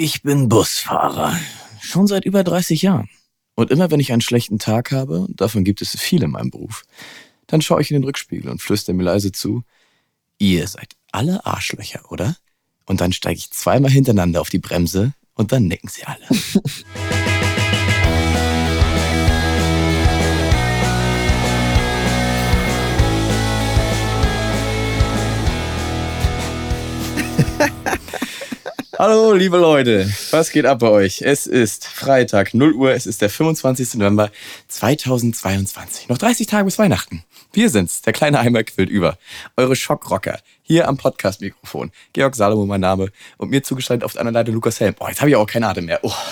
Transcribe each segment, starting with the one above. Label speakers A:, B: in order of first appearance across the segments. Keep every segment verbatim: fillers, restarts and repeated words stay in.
A: Ich bin Busfahrer. Schon seit über dreißig Jahren. Und immer wenn ich einen schlechten Tag habe, davon gibt es viele in meinem Beruf, dann schaue ich in den Rückspiegel und flüstere mir leise zu, ihr seid alle Arschlöcher, oder? Und dann steige ich zweimal hintereinander auf die Bremse und dann nicken sie alle. Hallo, liebe Leute, was geht ab bei euch? Es ist Freitag, null Uhr, es ist der fünfundzwanzigster November zweitausendzweiundzwanzig. Noch dreißig Tage bis Weihnachten. Wir sind's, der kleine Eimer quillt über. Eure Schockrocker, hier am Podcast-Mikrofon. Georg Salomon, mein Name, und mir zugeschaltet auf der anderen Seite Lukas Helm. Oh, jetzt habe ich auch keinen Atem mehr. Oh.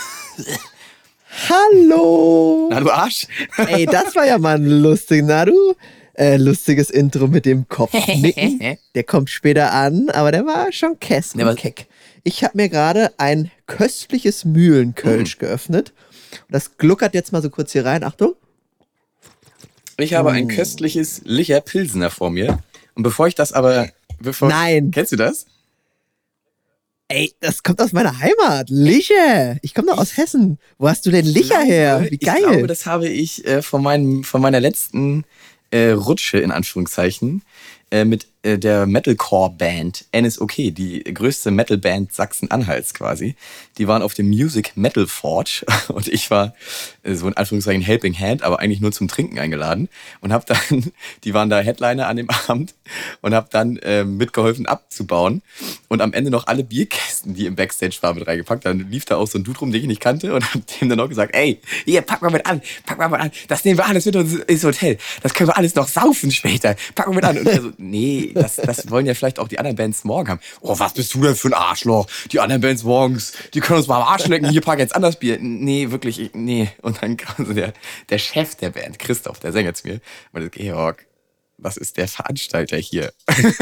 B: Hallo!
A: Na, du Arsch.
B: Ey, das war ja mal ein lustig, na du? Äh, lustiges Intro mit dem Kopfnicken. Der kommt später an, aber der war schon kess und keck. Ich habe mir gerade ein köstliches Mühlenkölsch mm. geöffnet. Das gluckert jetzt mal so kurz hier rein. Achtung.
A: Ich habe mm. ein köstliches Licher Pilsener vor mir. Und bevor ich das aber... Bevor
B: Nein.
A: Kennst du das?
B: Ey, das kommt aus meiner Heimat. Licher. Ich komme doch aus Hessen. Wo hast du denn Licher
A: glaube,
B: her? Wie geil.
A: Ich glaube, das habe ich äh, von, meinem, von meiner letzten äh, Rutsche, in Anführungszeichen, äh, mit äh, der Metalcore-Band N S O K, die größte Metal-Band Sachsen-Anhalts quasi. Die waren auf dem Music Metal Forge und ich war äh, so in Anführungszeichen Helping Hand, aber eigentlich nur zum Trinken eingeladen und habe dann, die waren da Headliner an dem Abend und habe dann äh, mitgeholfen abzubauen und am Ende noch alle Bierkästen, die im Backstage waren, mit reingepackt. Dann lief da auch so ein Dude rum, den ich nicht kannte und hab dem dann auch gesagt, ey, hier, pack mal mit an, pack mal mit an, das nehmen wir alles mit uns ins Hotel, das können wir alles noch saufen später, pack mal mit an. Und er so, nee, das, das wollen ja vielleicht auch die anderen Bands morgen haben. Oh, was bist du denn für ein Arschloch? Die anderen Bands morgens, die können uns mal am Arsch lecken, hier pack jetzt anders Bier. Nee, wirklich, ich, nee. Und dann kam so der, der Chef der Band, Christoph, der Sänger zu mir, und meinte, Georg, was ist der Veranstalter hier?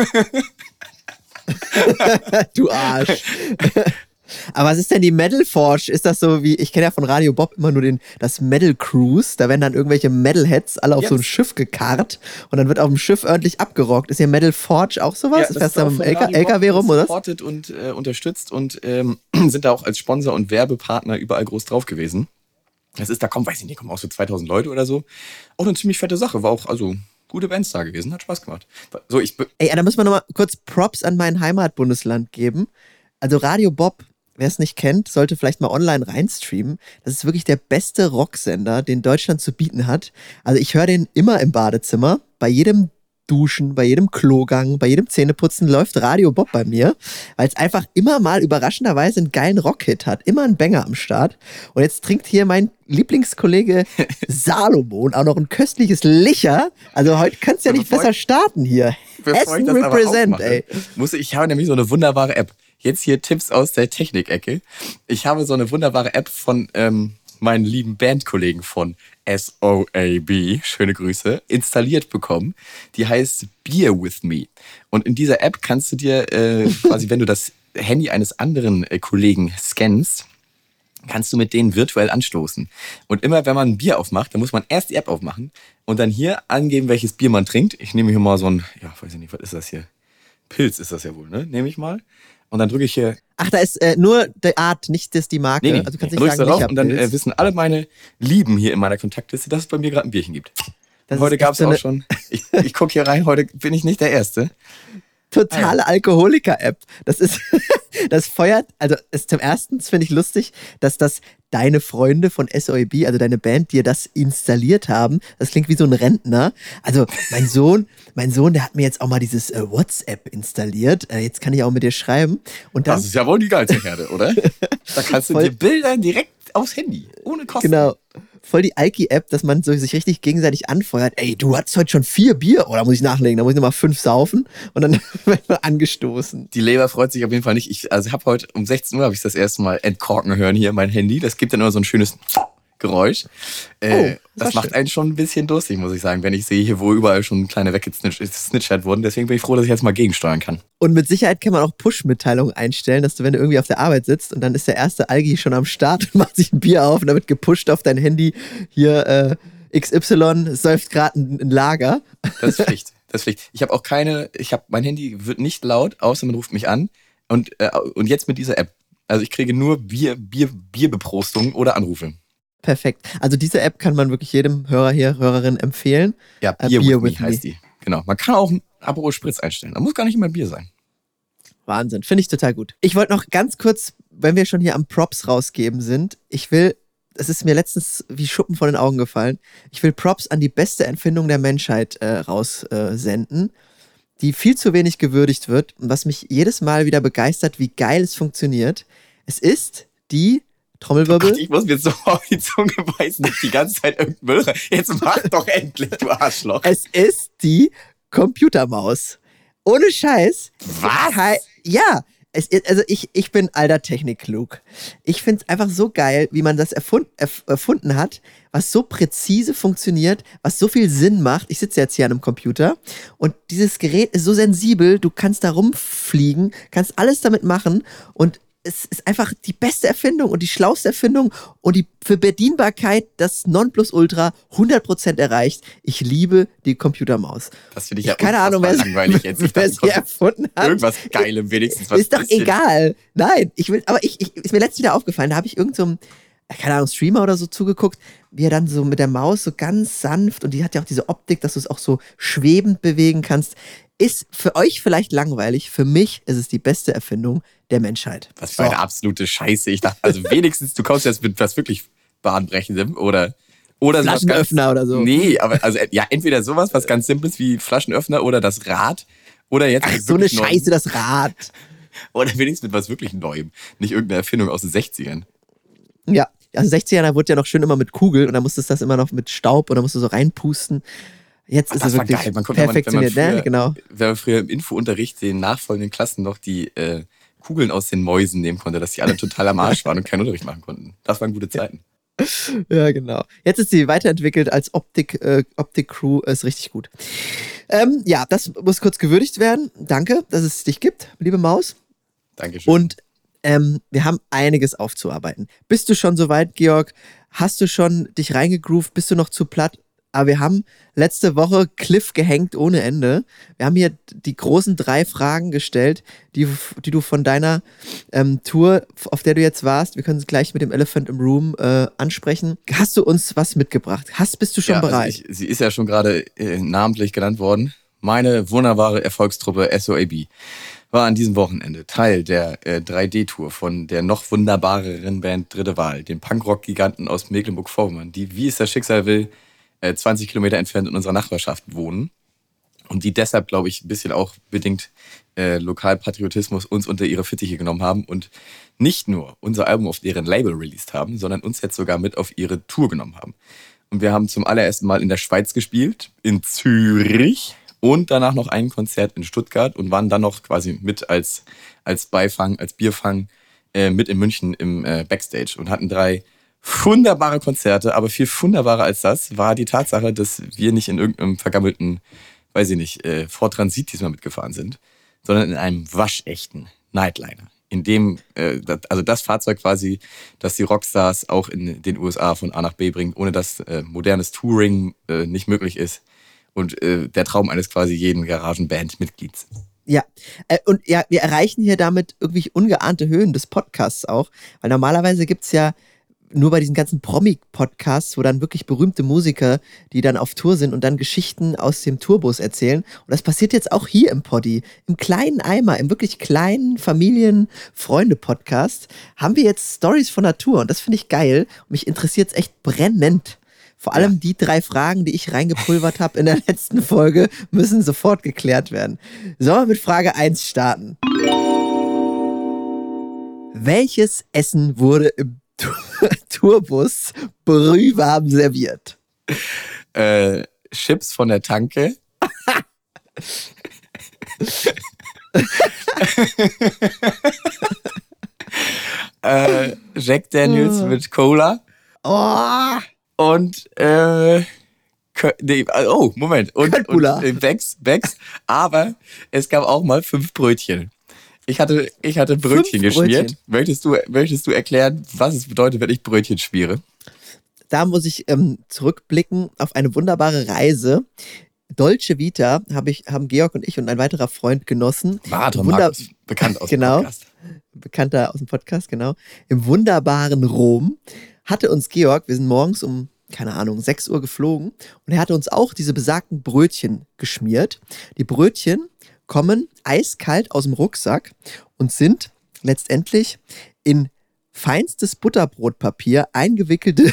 B: Du Arsch. Aber was ist denn die Metal Forge? Ist das so wie, ich kenne ja von Radio Bob immer nur den, das Metal Cruise, da werden dann irgendwelche Metalheads alle auf yes. so ein Schiff gekarrt und dann wird auf dem Schiff ordentlich abgerockt. Ist hier Metal Forge auch sowas? Ja, das ist da mit dem L K W rum, oder?
A: Supportet und äh, unterstützt und ähm, sind da auch als Sponsor und Werbepartner überall groß drauf gewesen. Das ist, da kommt, weiß ich nicht, kommen auch so zweitausend Leute oder so. Auch eine ziemlich fette Sache, war auch, also gute Bands da gewesen, hat Spaß gemacht. So, ich
B: Ey, da muss man nochmal kurz Props an mein Heimatbundesland geben. Also Radio Bob, wer es nicht kennt, sollte vielleicht mal online reinstreamen. Das ist wirklich der beste Rocksender, den Deutschland zu bieten hat. Also ich höre den immer im Badezimmer, bei jedem Duschen, bei jedem Klogang, bei jedem Zähneputzen läuft Radio Bob bei mir, weil es einfach immer mal überraschenderweise einen geilen Rockhit hat. Immer ein Banger am Start. Und jetzt trinkt hier mein Lieblingskollege Salomon auch noch ein köstliches Licher. Also heute kannst du ja nicht besser starten hier. Essen represent, ey.
A: Muss ich, ich habe nämlich so eine wunderbare App. Jetzt hier Tipps aus der Technik-Ecke. Ich habe so eine wunderbare App von ähm, meinen lieben Bandkollegen von S O A B, schöne Grüße, installiert bekommen. Die heißt Beer With Me. Und in dieser App kannst du dir äh, quasi, wenn du das Handy eines anderen äh, Kollegen scannst, kannst du mit denen virtuell anstoßen. Und immer, wenn man ein Bier aufmacht, dann muss man erst die App aufmachen und dann hier angeben, welches Bier man trinkt. Ich nehme hier mal so ein, ja, weiß ich nicht, was ist das hier? Pilz ist das ja wohl, ne? Nehme ich mal. Und dann drücke ich hier...
B: Ach, da ist äh, nur die Art, nicht das die Marke.
A: Nee, nee,
B: also kannst
A: nee.
B: nicht sagen,
A: drauf und dann äh, wissen alle meine Lieben hier in meiner Kontaktliste, dass es bei mir gerade ein Bierchen gibt. Heute gab es so auch schon... Ich, ich gucke hier rein, heute bin ich nicht der Erste.
B: Totale Alkoholiker-App. Das ist, das feuert, also ist zum ersten finde ich lustig, dass das deine Freunde von S O A B, also deine Band, dir das installiert haben. Das klingt wie so ein Rentner. Also mein Sohn, mein Sohn, der hat mir jetzt auch mal dieses äh, WhatsApp installiert. Äh, jetzt kann ich auch mit dir schreiben. Und dann,
A: das ist ja wohl die geilste Herde, oder? Da kannst du dir Bilder direkt aufs Handy, ohne Kosten.
B: Genau. Voll die Alki-App, dass man so sich richtig gegenseitig anfeuert. Ey, du hattest heute schon vier Bier. Oder muss ich nachlegen? Da muss ich nochmal fünf saufen. Und dann wird man angestoßen.
A: Die Leber freut sich auf jeden Fall nicht. Ich also habe heute um sechzehn Uhr habe ich das erste Mal entkorken hören hier mein Handy. Das gibt dann immer so ein schönes Geräusch. Äh, oh, das, das macht schön. Einen schon ein bisschen durstig, muss ich sagen, wenn ich sehe, hier wo überall schon kleine weggesnitchert wurden. Deswegen bin ich froh, dass ich jetzt mal gegensteuern kann.
B: Und mit Sicherheit kann man auch Push-Mitteilungen einstellen, dass du, wenn du irgendwie auf der Arbeit sitzt und dann ist der erste Algi schon am Start und macht sich ein Bier auf und dann wird gepusht auf dein Handy. Hier, äh, X Y säuft gerade ein, ein Lager.
A: Das ist Pflicht. Das ist Pflicht. Ich habe auch keine, ich habe, mein Handy wird nicht laut, außer man ruft mich an. Und, äh, und jetzt mit dieser App Also ich kriege nur Bier, Bier, Bierbeprostungen oder Anrufe.
B: Perfekt. Also diese App kann man wirklich jedem Hörer hier, Hörerin empfehlen.
A: Ja,
B: Äh,
A: Bier,
B: Beer
A: with,
B: with
A: me heißt die. Genau. Man kann auch einen Aperol Spritz einstellen. Da muss gar nicht immer Bier sein.
B: Wahnsinn, finde ich total gut. Ich wollte noch ganz kurz, wenn wir schon hier am Props rausgeben sind, ich will, es ist mir letztens wie Schuppen von den Augen gefallen, ich will Props an die beste Erfindung der Menschheit äh, raussenden, die viel zu wenig gewürdigt wird und was mich jedes Mal wieder begeistert, wie geil es funktioniert. Es ist die Trommelwirbel.
A: Ach, ich muss mir so auf die Zunge beißen, nicht die ganze Zeit irgendein Müll rein. Jetzt mach doch endlich, du Arschloch.
B: Es ist die Computermaus. Ohne Scheiß.
A: Was?
B: Kei- Ja, es, also ich, ich bin alter Technikklug. Ich finde es einfach so geil, wie man das erfund, erf, erfunden hat, was so präzise funktioniert, was so viel Sinn macht. Ich sitze jetzt hier an einem Computer und dieses Gerät ist so sensibel, du kannst da rumfliegen, kannst alles damit machen und es ist einfach die beste Erfindung und die schlauste Erfindung und die für Bedienbarkeit das Nonplusultra hundert Prozent erreicht. Ich liebe die Computermaus.
A: Das finde ich ja
B: Keine Ahnung, wer
A: langweilig jetzt. Ich
B: wer
A: dachte,
B: sie erfunden hat.
A: irgendwas Geilem wenigstens. Was
B: Ist doch
A: bisschen.
B: egal. Nein, ich will, aber ich, ich ist mir letztens wieder aufgefallen, da habe ich irgendeinem, so keine Ahnung, Streamer oder so zugeguckt, wie er dann so mit der Maus so ganz sanft und die hat ja auch diese Optik, dass du es auch so schwebend bewegen kannst. Ist für euch vielleicht langweilig, für mich ist es die beste Erfindung der Menschheit.
A: Was für eine absolute Scheiße. Ich dachte, also wenigstens, du kommst jetzt mit was wirklich Bahnbrechendem oder oder sowas ganz-
B: Flaschenöffner oder so.
A: Nee, aber also ja, entweder sowas, was ganz Simples wie Flaschenöffner oder das Rad oder jetzt
B: Ach,
A: mit
B: so eine
A: wirklich Neuem.
B: Scheiße, das Rad.
A: Oder wenigstens mit was wirklich Neuem. Nicht irgendeine Erfindung aus den sechzigern.
B: Ja, also sechziger, da wurde ja noch schön immer mit Kugel und da musstest du das immer noch mit Staub und da musst du so reinpusten. Jetzt
A: Ach,
B: ist
A: das
B: es
A: war
B: wirklich
A: geil. Man konnte, wenn man, wenn man
B: perfektioniert,
A: früher,
B: ne? Genau.
A: wenn man früher im Infounterricht den nachfolgenden Klassen noch die äh, Kugeln aus den Mäusen nehmen konnte, dass die alle total am Arsch waren und keinen Unterricht machen konnten. Das waren gute Zeiten.
B: Ja, genau. Jetzt ist sie weiterentwickelt als Optik, äh, Optik-Crew, ist richtig gut. Ähm, ja, das muss kurz gewürdigt werden. Danke, dass es dich gibt, liebe Maus.
A: Dankeschön.
B: Und ähm, wir haben einiges aufzuarbeiten. Bist du schon soweit, Georg? Hast du schon dich reingegroovt? Bist du noch zu platt? Aber wir haben letzte Woche Cliff gehängt ohne Ende. Wir haben hier die großen drei Fragen gestellt, die, die du von deiner ähm, Tour, auf der du jetzt warst, wir können es gleich mit dem Elephant im Room äh, ansprechen. Hast du uns was mitgebracht? Hast, bist du schon
A: ja,
B: bereit?
A: Also ich, sie ist ja schon gerade äh, namentlich genannt worden. Meine wunderbare Erfolgstruppe S O A B war an diesem Wochenende Teil der äh, drei D-Tour von der noch wunderbareren Band Dritte Wahl, den Punkrock-Giganten aus Mecklenburg-Vorpommern, die, wie es das Schicksal will, äh, zwanzig Kilometer entfernt in unserer Nachbarschaft wohnen und die deshalb, glaube ich, ein bisschen auch bedingt äh, Lokalpatriotismus uns unter ihre Fittiche genommen haben und nicht nur unser Album auf deren Label released haben, sondern uns jetzt sogar mit auf ihre Tour genommen haben. Und wir haben zum allerersten Mal in der Schweiz gespielt, in Zürich und danach noch ein Konzert in Stuttgart und waren dann noch quasi mit als, als Beifang, als Bierfang äh, mit in München im äh, Backstage und hatten drei wunderbare Konzerte, aber viel wunderbarer als das war die Tatsache, dass wir nicht in irgendeinem vergammelten, weiß ich nicht, äh, Ford Transit diesmal mitgefahren sind, sondern in einem waschechten Nightliner. In dem, äh, das, also das Fahrzeug quasi, das die Rockstars auch in den U S A von A nach B bringt, ohne dass äh, modernes Touring äh, nicht möglich ist. Und äh, der Traum eines quasi jeden Garagenband-Mitglieds.
B: Ja, äh, und ja, wir erreichen hier damit irgendwie ungeahnte Höhen des Podcasts auch, weil normalerweise gibt's ja nur bei diesen ganzen Promi-Podcasts, wo dann wirklich berühmte Musiker, die dann auf Tour sind und dann Geschichten aus dem Tourbus erzählen. Und das passiert jetzt auch hier im Poddy. Im kleinen Eimer, im wirklich kleinen Familien-Freunde-Podcast haben wir jetzt Stories von der Tour. Und das finde ich geil. Und mich interessiert es echt brennend. Vor allem ja. Die drei Fragen, die ich reingepulvert habe in der letzten Folge, müssen sofort geklärt werden. Sollen wir mit Frage eins starten? Welches Essen wurde im Tourbus brühwarm serviert?
A: Äh, Chips von der Tanke. äh, Jack Daniels mit Cola.
B: Oh.
A: Und äh, nee, oh, Moment. Und, und äh, Becks, Becks. Aber es gab auch mal fünf Brötchen. Ich hatte, ich hatte Brötchen
B: Fünf
A: geschmiert.
B: Brötchen.
A: Möchtest du, möchtest du erklären, was es bedeutet, wenn ich Brötchen schmiere?
B: Da muss ich ähm, zurückblicken auf eine wunderbare Reise Dolce Vita hab ich, haben Georg und ich und ein weiterer Freund genossen.
A: Marathon
B: Wunder-
A: Markus, bekannt aus
B: Genau.
A: dem Podcast.
B: Bekannter aus dem Podcast, genau. Im wunderbaren Rom hatte uns Georg, wir sind morgens um, keine Ahnung, sechs Uhr geflogen und er hatte uns auch diese besagten Brötchen geschmiert. Die Brötchen kommen eiskalt aus dem Rucksack und sind letztendlich in feinstes Butterbrotpapier eingewickelte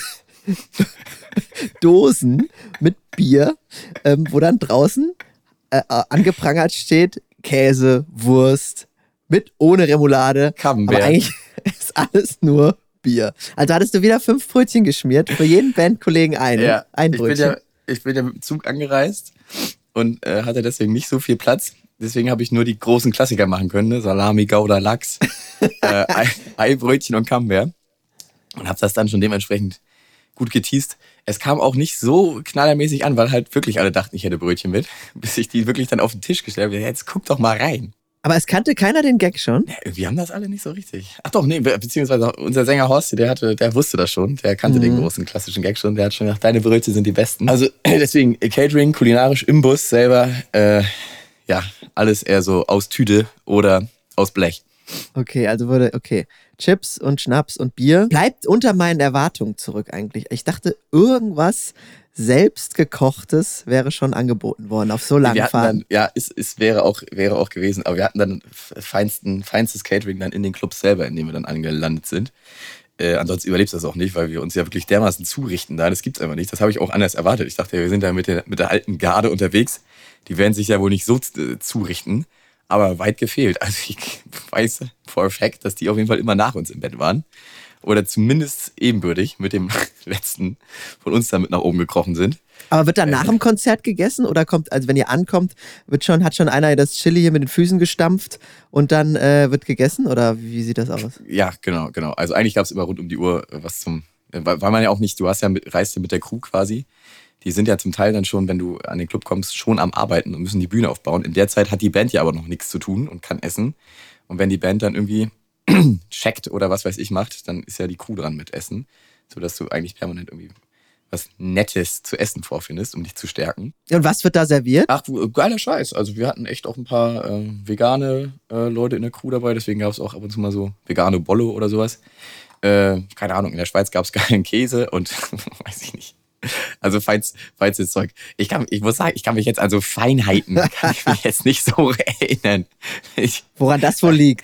B: Dosen mit Bier, ähm, wo dann draußen äh, äh, angeprangert steht Käse, Wurst, mit, ohne Remoulade.
A: Camembert.
B: Aber eigentlich ist alles nur Bier. Also hattest du wieder fünf Brötchen geschmiert, für jeden Bandkollegen eine,
A: Ja,
B: ein
A: ich bin
B: Brötchen.
A: ja, ich bin ja mit dem Zug angereist und äh, hatte deswegen nicht so viel Platz. Deswegen habe ich nur die großen Klassiker machen können, ne? Salami, Gouda, Lachs, äh, Ei, Eibrötchen und Camembert. Und habe das dann schon dementsprechend gut geteast. Es kam auch nicht so knallermäßig an, weil halt wirklich alle dachten, ich hätte Brötchen mit, bis ich die wirklich dann auf den Tisch gestellt habe. Jetzt guck doch mal rein.
B: Aber es kannte keiner den Gag schon.
A: Ja, irgendwie haben das alle nicht so richtig. Ach doch, nee, be- beziehungsweise unser Sänger Horst, der hatte, der wusste das schon, der kannte
B: Mhm.
A: den großen klassischen Gag schon, der hat schon gesagt, deine Brötchen sind die besten. Also deswegen Catering, kulinarisch im Bus selber, äh, ja, alles eher so aus Tüte oder aus Blech.
B: Okay, also wurde, okay. Chips und Schnaps und Bier. Bleibt unter meinen Erwartungen zurück eigentlich. Ich dachte, irgendwas selbstgekochtes wäre schon angeboten worden auf so langen
A: Wir hatten
B: Fahrten.
A: dann, ja, es, es wäre auch, wäre auch gewesen, aber wir hatten dann feinsten, feinstes Catering dann in den Clubs selber, in denen wir dann angelandet sind. Äh, ansonsten überlebst du das auch nicht, weil wir uns ja wirklich dermaßen zurichten da. Das gibt's einfach nicht. Das habe ich auch anders erwartet. Ich dachte, wir sind da mit der, mit der alten Garde unterwegs. Die werden sich ja wohl nicht so äh, zurichten. Aber weit gefehlt. Also ich weiß for a fact, dass die auf jeden Fall immer nach uns im Bett waren. Oder zumindest ebenbürtig mit dem letzten von uns da mit nach oben gekrochen sind.
B: Aber wird dann nach dem Konzert gegessen oder kommt, also wenn ihr ankommt, wird schon, hat schon einer das Chili hier mit den Füßen gestampft und dann äh, wird gegessen oder wie sieht das aus?
A: Ja, genau, genau. Also eigentlich gab es immer rund um die Uhr was zum, weil weil man ja auch nicht, du hast ja mit, reist ja mit der Crew quasi. Die sind ja zum Teil dann schon, wenn du an den Club kommst, schon am Arbeiten und müssen die Bühne aufbauen. In der Zeit hat die Band ja aber noch nichts zu tun und kann essen. Und wenn die Band dann irgendwie checkt oder was weiß ich macht, dann ist ja die Crew dran mit Essen, sodass du eigentlich permanent irgendwie was Nettes zu essen vorfindest, um dich zu stärken.
B: Und was wird da serviert?
A: Ach, du, geiler Scheiß. Also wir hatten echt auch ein paar äh, vegane äh, Leute in der Crew dabei, deswegen gab es auch ab und zu mal so vegane Bollo oder sowas. Äh, keine Ahnung, in der Schweiz gab es geilen Käse und weiß ich nicht. Also feins, feinstes Zeug. Ich kann, ich muss sagen, ich kann mich jetzt an so Feinheiten kann ich mich jetzt nicht so erinnern. Ich,
B: Woran das wohl liegt?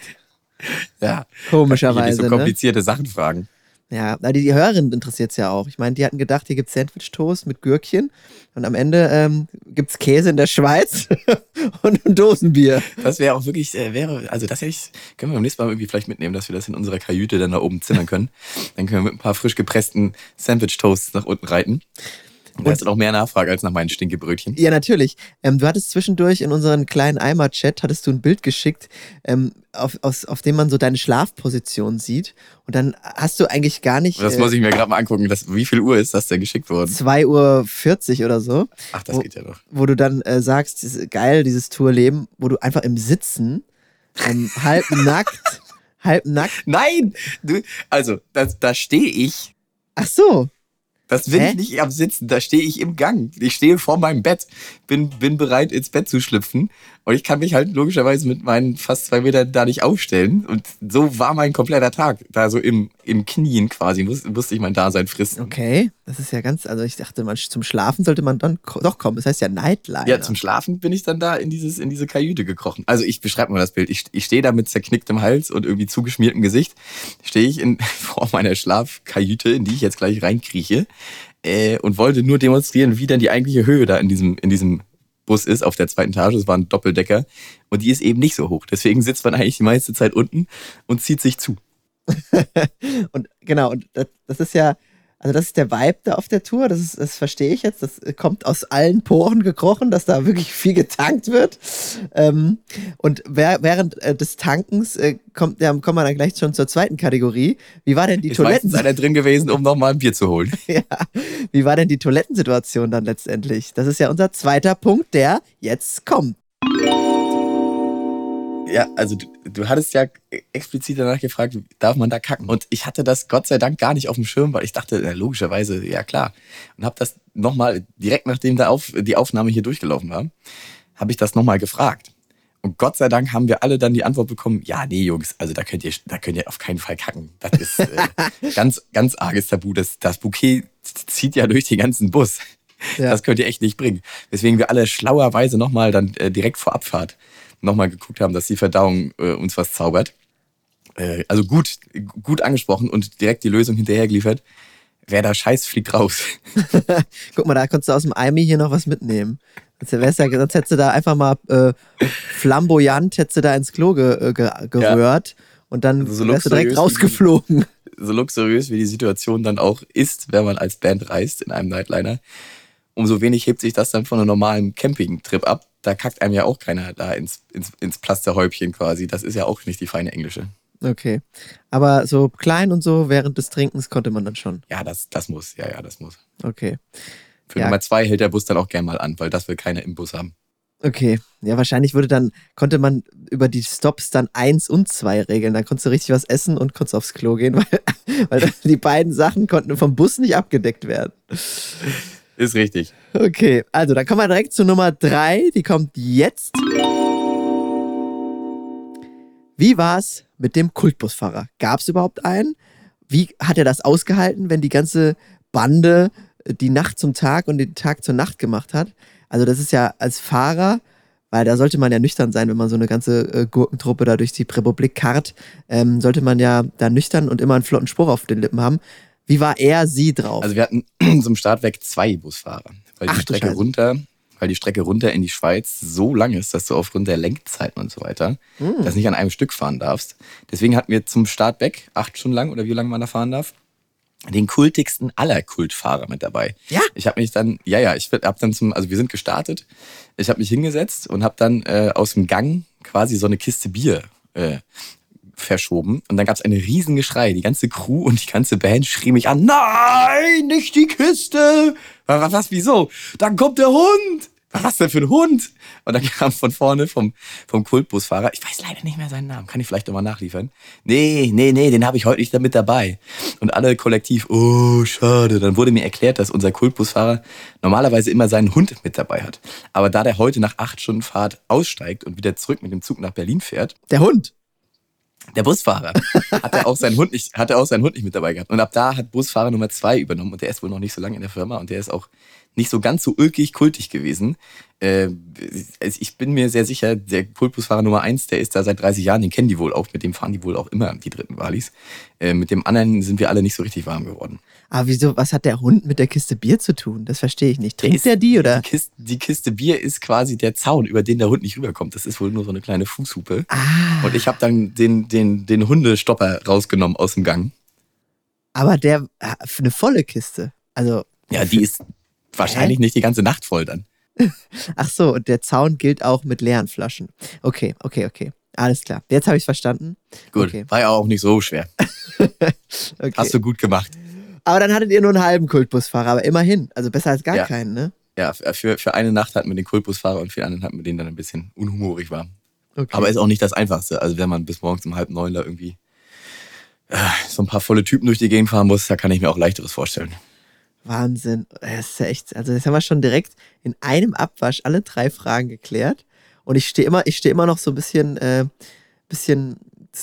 A: ja,
B: Komischerweise,
A: nicht so
B: ne?
A: komplizierte Sachen fragen.
B: Ja, na, die, die Hörerin interessiert es ja auch. Ich meine, die hatten gedacht, hier gibt es Sandwich-Toast mit Gürkchen und am Ende ähm, gibt es Käse in der Schweiz und ein Dosenbier.
A: Das wäre auch wirklich, äh, wäre, also das hätte ich, können wir beim nächsten Mal irgendwie vielleicht mitnehmen, dass wir das in unserer Kajüte dann da oben zimmern können. Dann können wir mit ein paar frisch gepressten Sandwich-Toasts nach unten reiten. Und da ist dann auch mehr Nachfrage als nach meinen Stinkebrötchen.
B: Ja, natürlich. Ähm, du hattest zwischendurch in unseren kleinen Eimer-Chat, hattest du ein Bild geschickt, ähm, auf, aus, auf dem man so deine Schlafposition sieht. Und dann hast du eigentlich gar nicht...
A: Das
B: äh,
A: muss ich mir gerade mal angucken. Das, wie viel Uhr ist das denn geschickt worden?
B: zwei Uhr vierzig oder so.
A: Ach, das
B: wo,
A: geht ja doch.
B: Wo du dann äh, sagst, das ist geil, dieses Tourleben, wo du einfach im Sitzen, ähm, halb nackt, halb nackt...
A: Nein! Du, also, das, da stehe ich.
B: Ach so.
A: Das bin
B: Hä?
A: ich nicht am Sitzen, da stehe ich im Gang. Ich stehe vor meinem Bett, bin, bin bereit, ins Bett zu schlüpfen. Und ich kann mich halt logischerweise mit meinen fast zwei Metern da nicht aufstellen. Und so war mein kompletter Tag. Da so im, im Knien quasi muss, musste ich mein Dasein fristen.
B: Okay, das ist ja ganz, also ich dachte, man, zum Schlafen sollte man dann ko- doch kommen. Das heißt ja Nightliner.
A: Ja, zum Schlafen bin ich dann da in, dieses, in diese Kajüte gekrochen. Also ich beschreibe mal das Bild. Ich, ich stehe da mit zerknicktem Hals und irgendwie zugeschmiertem Gesicht. Stehe ich in, vor meiner Schlafkajüte, in die ich jetzt gleich reinkrieche. Äh, und wollte nur demonstrieren, wie dann die eigentliche Höhe da in diesem, in diesem Bus ist, auf der zweiten Etage. Es war ein Doppeldecker. Und die ist eben nicht so hoch. Deswegen sitzt man eigentlich die meiste Zeit unten und zieht sich zu.
B: Und genau, und das, das ist ja, also das ist der Vibe da auf der Tour, das, ist, das verstehe ich jetzt, das kommt aus allen Poren gekrochen, dass da wirklich viel getankt wird. Ähm, und wer, während äh, des Tankens äh, kommt, ja, kommen wir dann gleich schon zur zweiten Kategorie. Wie war denn die
A: Ist
B: Toiletten?
A: meistens einer drin gewesen, um nochmal ein Bier zu holen.
B: Ja, wie war denn die Toilettensituation dann letztendlich? Das ist ja unser zweiter Punkt, der jetzt kommt.
A: Ja, also du, du hattest ja explizit danach gefragt, darf man da kacken? Und ich hatte das Gott sei Dank gar nicht auf dem Schirm, weil ich dachte, ja, logischerweise, ja klar. Und habe das nochmal, direkt nachdem da auf, die Aufnahme hier durchgelaufen war, habe ich das nochmal gefragt. Und Gott sei Dank haben wir alle dann die Antwort bekommen, ja, nee, Jungs, also da könnt ihr, da könnt ihr auf keinen Fall kacken. Das ist äh, ganz, ganz arges Tabu. Das, das Bouquet zieht ja durch den ganzen Bus. Ja. Das könnt ihr echt nicht bringen. Weswegen wir alle schlauerweise nochmal dann äh, direkt vor Abfahrt nochmal geguckt haben, dass die Verdauung äh, uns was zaubert. Äh, also gut, gut angesprochen und direkt die Lösung hinterher geliefert. Wer da scheiß, fliegt raus.
B: Guck mal, da konntest du aus dem Eimi hier noch was mitnehmen. Sonst hättest du da einfach mal äh, flamboyant hättest du da ins Klo ge, ge, gerührt ja. und dann also so wärst du direkt rausgeflogen.
A: Wie, so luxuriös wie die Situation dann auch ist, wenn man als Band reist in einem Nightliner, umso wenig hebt sich das dann von einem normalen Campingtrip ab. Da kackt einem ja auch keiner da ins, ins, ins Plasterhäubchen quasi. Das ist ja auch nicht die feine Englische.
B: Okay. Aber so klein und so während des Trinkens konnte man dann schon?
A: Ja, das, das muss. Ja, ja, das muss.
B: Okay.
A: Für
B: ja.
A: Nummer zwei hält der Bus dann auch gern mal an, weil das will keiner im Bus haben.
B: Okay. Ja, wahrscheinlich würde dann, konnte man über die Stops dann eins und zwei regeln. Dann konntest du richtig was essen und konntest aufs Klo gehen, weil, weil die beiden Sachen konnten vom Bus nicht abgedeckt werden.
A: Ist richtig.
B: Okay, also dann kommen wir direkt zu Nummer drei. Die kommt jetzt. Wie war's mit dem Kultbusfahrer? Gab's überhaupt einen? Wie hat er das ausgehalten, wenn die ganze Bande die Nacht zum Tag und den Tag zur Nacht gemacht hat? Also das ist ja als Fahrer, weil da sollte man ja nüchtern sein, wenn man so eine ganze äh, Gurkentruppe da durch die Republik karrt, ähm, sollte man ja da nüchtern und immer einen flotten Spruch auf den Lippen haben. Wie war er, sie drauf?
A: Also wir hatten zum Start weg zwei Busfahrer, weil die
B: Ach,
A: Strecke runter, weil die Strecke runter in die Schweiz so lang ist, dass du aufgrund der Lenkzeiten und so weiter mm. das nicht an einem Stück fahren darfst. Deswegen hatten wir zum Start weg, acht Stunden lang oder wie lange man da fahren darf, den kultigsten aller Kultfahrer mit dabei.
B: Ja?
A: Ich habe mich dann, ja, ja, ich hab dann zum, also wir sind gestartet, ich habe mich hingesetzt und habe dann äh, aus dem Gang quasi so eine Kiste Bier äh, verschoben und dann gab es einen riesen Geschrei. Die ganze Crew und die ganze Band schrie mich an, nein, nicht die Kiste! Was, was, wieso? Dann kommt der Hund! Was denn für ein Hund? Und dann kam von vorne vom, vom Kultbusfahrer, ich weiß leider nicht mehr seinen Namen, kann ich vielleicht nochmal nachliefern? Nee, nee, nee, den habe ich heute nicht damit dabei. Und alle kollektiv, oh, schade. Dann wurde mir erklärt, dass unser Kultbusfahrer normalerweise immer seinen Hund mit dabei hat. Aber da der heute nach acht Stunden Fahrt aussteigt und wieder zurück mit dem Zug nach Berlin fährt.
B: Der Hund?
A: Der Busfahrer hat er auch seinen Hund nicht, hat er auch seinen Hund nicht mit dabei gehabt. Und ab da hat Busfahrer Nummer zwei übernommen und der ist wohl noch nicht so lange in der Firma und der ist auch nicht so ganz so ulkig kultig gewesen. Äh, ich bin mir sehr sicher, der Kultbusfahrer Nummer eins, der ist da seit dreißig Jahren, den kennen die wohl auch, mit dem fahren die wohl auch immer die dritten Walis. Äh, mit dem anderen sind wir alle nicht so richtig warm geworden.
B: Aber wieso, was hat der Hund mit der Kiste Bier zu tun? Das verstehe ich nicht. Trinkt der,
A: der
B: die, oder?
A: Die Kiste, die Kiste Bier ist quasi der Zaun, über den der Hund nicht rüberkommt. Das ist wohl nur so eine kleine Fußhupe.
B: Ah.
A: Und ich habe dann den, den, den Hundestopper rausgenommen aus dem Gang.
B: Aber der, eine volle Kiste. Also.
A: Ja, die ist wahrscheinlich Hä? nicht die ganze Nacht voll dann.
B: Ach so, und der Zaun gilt auch mit leeren Flaschen. Okay, okay, okay. Alles klar. Jetzt habe ich es verstanden.
A: Gut,
B: okay.
A: War ja auch nicht so schwer.
B: Okay.
A: Hast du gut gemacht.
B: Aber dann hattet ihr nur einen halben Kultbusfahrer, aber immerhin. Also besser als gar
A: ja.
B: keinen, ne?
A: Ja, für, für eine Nacht hatten wir den Kultbusfahrer und für den anderen hatten wir den dann ein bisschen unhumorig war.
B: Okay.
A: Aber ist auch nicht das Einfachste. Also wenn man bis morgens um halb neun da irgendwie äh, so ein paar volle Typen durch die Gegend fahren muss, da kann ich mir auch Leichteres vorstellen.
B: Wahnsinn. Das ist ja echt, also jetzt haben wir schon direkt in einem Abwasch alle drei Fragen geklärt. Und ich stehe immer, ich stehe immer noch so ein bisschen, äh, bisschen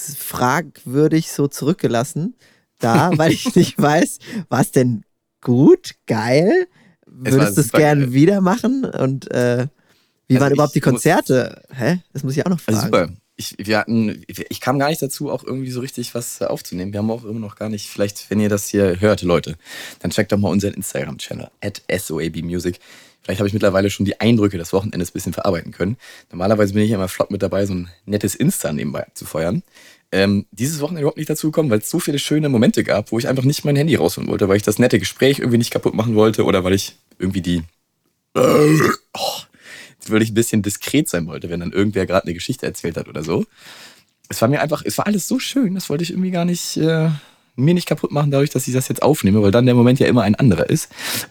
B: fragwürdig so zurückgelassen da, weil ich nicht weiß, war es denn gut, geil? Würdest du es gerne wieder machen? Und äh, wie
A: also
B: waren überhaupt die
A: muss,
B: Konzerte? Hä? Das muss ich auch noch fragen.
A: Also super. Ich, wir hatten, ich kam gar nicht dazu, auch irgendwie so richtig was aufzunehmen. Wir haben auch immer noch gar nicht, vielleicht, wenn ihr das hier hört, Leute, dann checkt doch mal unseren Instagram-Channel, at S O A B Music. Vielleicht habe ich mittlerweile schon die Eindrücke des Wochenendes ein bisschen verarbeiten können. Normalerweise bin ich ja immer flott mit dabei, so ein nettes Insta nebenbei zu feuern. Ähm, dieses Wochenende überhaupt nicht dazu gekommen, weil es so viele schöne Momente gab, wo ich einfach nicht mein Handy rausholen wollte, weil ich das nette Gespräch irgendwie nicht kaputt machen wollte oder weil ich irgendwie die... Oh, weil ich ein bisschen diskret sein wollte, wenn dann irgendwer gerade eine Geschichte erzählt hat oder so. Es war mir einfach, es war alles so schön, das wollte ich irgendwie gar nicht, äh, mir nicht kaputt machen, dadurch, dass ich das jetzt aufnehme, weil dann der Moment ja immer ein anderer ist. Und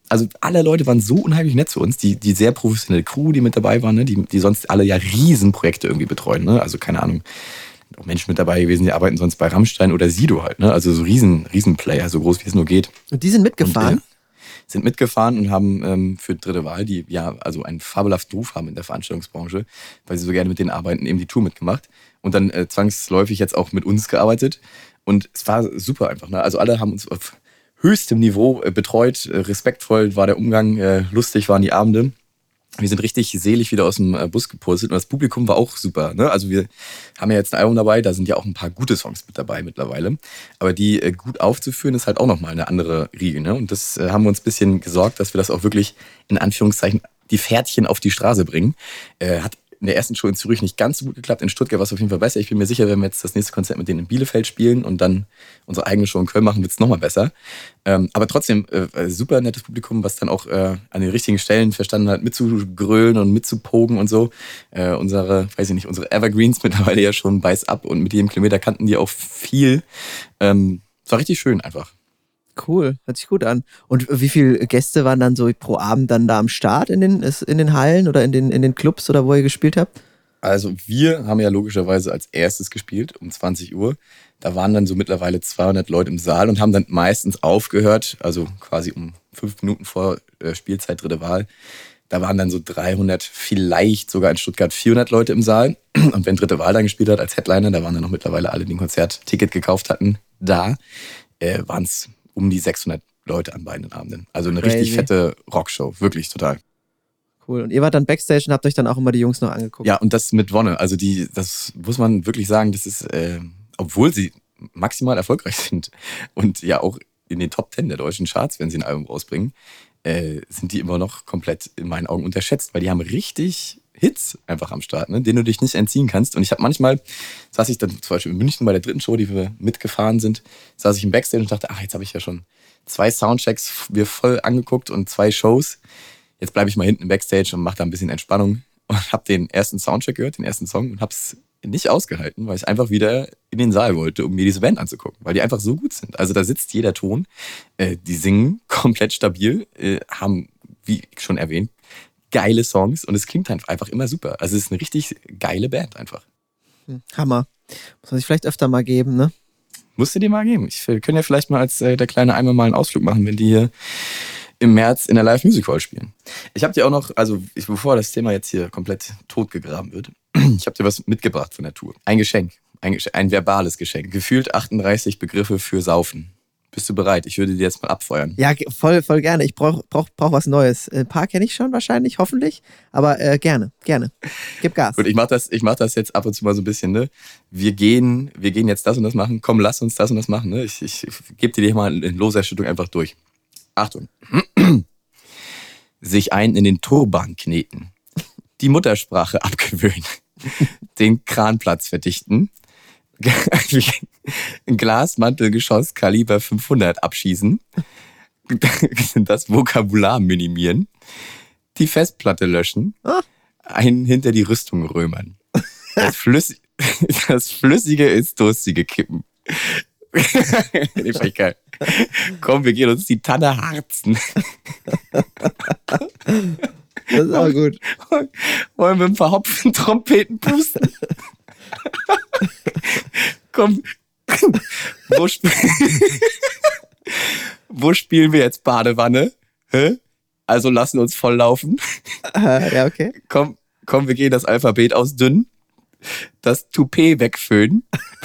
A: Also alle Leute waren so unheimlich nett zu uns, die, die sehr professionelle Crew, die mit dabei waren, ne? die, die sonst alle ja Riesenprojekte irgendwie betreuen. Ne? Also keine Ahnung, auch Menschen mit dabei gewesen, die arbeiten sonst bei Rammstein oder Sido halt. Ne? Also so riesen, Riesenplayer, so groß wie es nur geht.
B: Und die sind mitgefahren?
A: Und, äh, sind mitgefahren und haben ähm, für Dritte Wahl, die ja also einen fabelhaften Ruf haben in der Veranstaltungsbranche, weil sie so gerne mit denen arbeiten, eben die Tour mitgemacht. Und dann äh, zwangsläufig jetzt auch mit uns gearbeitet. Und es war super einfach. Ne? Also alle haben uns auf höchstem Niveau äh, betreut. Äh, respektvoll war der Umgang, äh, lustig waren die Abende. Wir sind richtig selig wieder aus dem äh, Bus gepurzelt und das Publikum war auch super. Ne? Also wir haben ja jetzt ein Album dabei, da sind ja auch ein paar gute Songs mit dabei mittlerweile. Aber die äh, gut aufzuführen, ist halt auch nochmal eine andere Riege. Ne? Und das äh, haben wir uns ein bisschen gesorgt, dass wir das auch wirklich in Anführungszeichen die Pferdchen auf die Straße bringen. Äh, hat in der ersten Show in Zürich nicht ganz so gut geklappt. In Stuttgart war es auf jeden Fall besser. Ich bin mir sicher, wenn wir jetzt das nächste Konzert mit denen in Bielefeld spielen und dann unsere eigene Show in Köln machen, wird es nochmal besser. Ähm, aber trotzdem, äh, super nettes Publikum, was dann auch äh, an den richtigen Stellen verstanden hat, mitzugrölen und mitzupogen und so. Äh, unsere, weiß ich nicht, unsere Evergreens mittlerweile ja schon beiß ab und mit jedem Kilometer kannten die auch viel. Ähm, es war richtig schön einfach.
B: Cool, hört sich gut an. Und wie viele Gäste waren dann so pro Abend dann da am Start in den, in den Hallen oder in den, in den Clubs oder wo ihr gespielt habt?
A: Also wir haben ja logischerweise als erstes gespielt um zwanzig Uhr. Da waren dann so mittlerweile zweihundert Leute im Saal und haben dann meistens aufgehört, also quasi um fünf Minuten vor äh, Spielzeit Dritte Wahl. Da waren dann so dreihundert, vielleicht sogar in Stuttgart vierhundert Leute im Saal. Und wenn Dritte Wahl dann gespielt hat als Headliner, da waren dann noch mittlerweile alle, die ein Konzertticket gekauft hatten, da äh, waren es um die sechshundert Leute an beiden Abenden. Also eine
B: Crazy.
A: richtig fette Rockshow, wirklich total.
B: Cool. Und ihr wart dann Backstage und habt euch dann auch immer die Jungs noch angeguckt?
A: Ja, und das mit Wonne. Also die, das muss man wirklich sagen, das ist, äh, obwohl sie maximal erfolgreich sind und ja auch in den Top Ten der deutschen Charts, wenn sie ein Album rausbringen, äh, sind die immer noch komplett in meinen Augen unterschätzt, weil die haben richtig Hits einfach am Start, ne, denen du dich nicht entziehen kannst. Und ich habe manchmal, saß ich dann zum Beispiel in München bei der dritten Show, die wir mitgefahren sind, saß ich im Backstage und dachte, ach, jetzt habe ich ja schon zwei Soundchecks mir voll angeguckt und zwei Shows. Jetzt bleibe ich mal hinten im Backstage und mache da ein bisschen Entspannung und habe den ersten Soundcheck gehört, den ersten Song und habe es nicht ausgehalten, weil ich einfach wieder in den Saal wollte, um mir diese Band anzugucken, weil die einfach so gut sind. Also da sitzt jeder Ton, äh, die singen komplett stabil, äh, haben, wie schon erwähnt, geile Songs und es klingt einfach immer super. Also es ist eine richtig geile Band einfach.
B: Hammer. Muss man sich vielleicht öfter mal geben, ne?
A: Musst du dir mal geben. Ich, wir können ja vielleicht mal als äh, der Kleine einmal mal einen Ausflug machen, wenn die hier im März in der Live Music Hall spielen. Ich habe dir auch noch, also ich, bevor das Thema jetzt hier komplett totgegraben wird, ich habe dir was mitgebracht von der Tour. Ein Geschenk, ein, Geschenk, ein verbales Geschenk. Gefühlt achtunddreißig Begriffe für Saufen. Bist du bereit? Ich würde dir jetzt mal abfeuern.
B: Ja, voll, voll gerne. Ich brauche brauch, brauch was Neues. Ein paar kenne ich schon wahrscheinlich, hoffentlich. Aber äh, gerne, gerne. Gib Gas.
A: Gut, ich mache das, ich mach das jetzt ab und zu mal so ein bisschen, ne? Wir gehen, wir gehen jetzt das und das machen. Komm, lass uns das und das machen, ne? Ich, ich, ich gebe dir mal in Loserschüttung einfach durch. Achtung. Sich ein in den Turban kneten. Die Muttersprache abgewöhnen. Den Kranplatz verdichten. Ein Glasmantelgeschoss Kaliber fünfhundert abschießen. Das Vokabular minimieren. Die Festplatte löschen. Einen hinter die Rüstung römern. Das, Flüss das Flüssige ins Durstige kippen. Nee, fand ich geil. Komm, wir gehen uns die Tanne harzen.
B: Das ist auch gut.
A: Wollen wir ein paar Hopfen-Trompeten pusten? Komm. Wo, sp Wo spielen wir jetzt Badewanne? Hä? Also lassen uns voll laufen.
B: Uh, ja, okay.
A: Komm, komm, wir gehen das Alphabet ausdünnen. Das Toupet wegföhnen.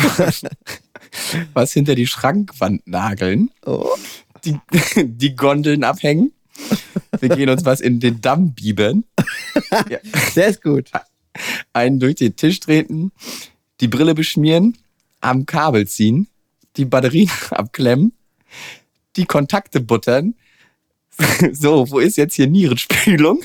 A: Was hinter die Schrankwand nageln.
B: Oh.
A: Die, die Gondeln abhängen. Wir gehen uns was in den Damm biebern. Ja.
B: Der ist gut.
A: Einen durch den Tisch treten. Die Brille beschmieren. Am Kabel ziehen. Die Batterien abklemmen. Die Kontakte buttern. So, wo ist jetzt hier Nierenspülung?